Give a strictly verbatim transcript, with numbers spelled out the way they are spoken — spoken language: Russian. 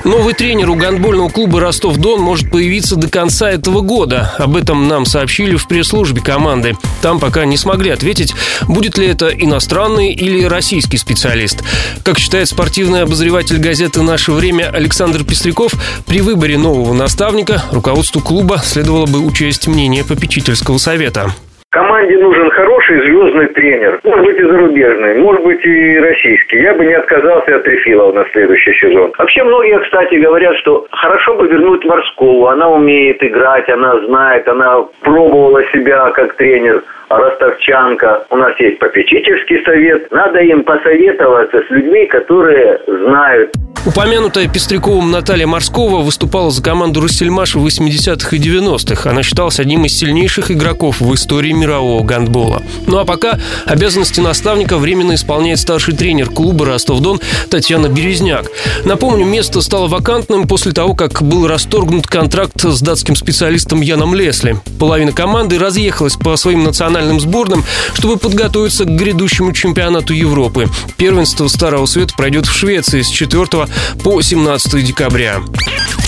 Новый тренер у гандбольного клуба «Ростов-Дон» может появиться до конца этого года. Об этом нам сообщили в пресс-службе команды. Там пока не смогли ответить, будет ли это иностранный или российский специалист. Как считает спортивный обозреватель газеты «Наше время» Александр Пестряков, при выборе нового наставника руководству клуба следовало бы учесть мнение попечительского совета. Команде нужен хороший звездный тренер. Может быть и зарубежный, может быть и российский. Я бы не отказался от Трефилова на следующий сезон. Вообще многие, кстати, говорят, что хорошо бы вернуть Морскову. Она умеет играть, она знает, она пробовала себя как тренер. Ростовчанка. У нас есть попечительский совет. Надо им посоветоваться с людьми, которые знают. Упомянутая Пестряковым Наталья Морскова выступала за команду «Россельмаш» в восьмидесятых и девяностых. Она считалась одним из сильнейших игроков в истории мирового гандбола. Ну а пока обязанности наставника временно исполняет старший тренер клуба «Ростов-Дон» Татьяна Березняк. Напомню, место стало вакантным после того, как был расторгнут контракт с датским специалистом Яном Лесли. Половина команды разъехалась по своим национальным сборным, чтобы подготовиться к грядущему чемпионату Европы. Первенство Старого Света пройдет в Швеции с четвёртого по семнадцатое декабря.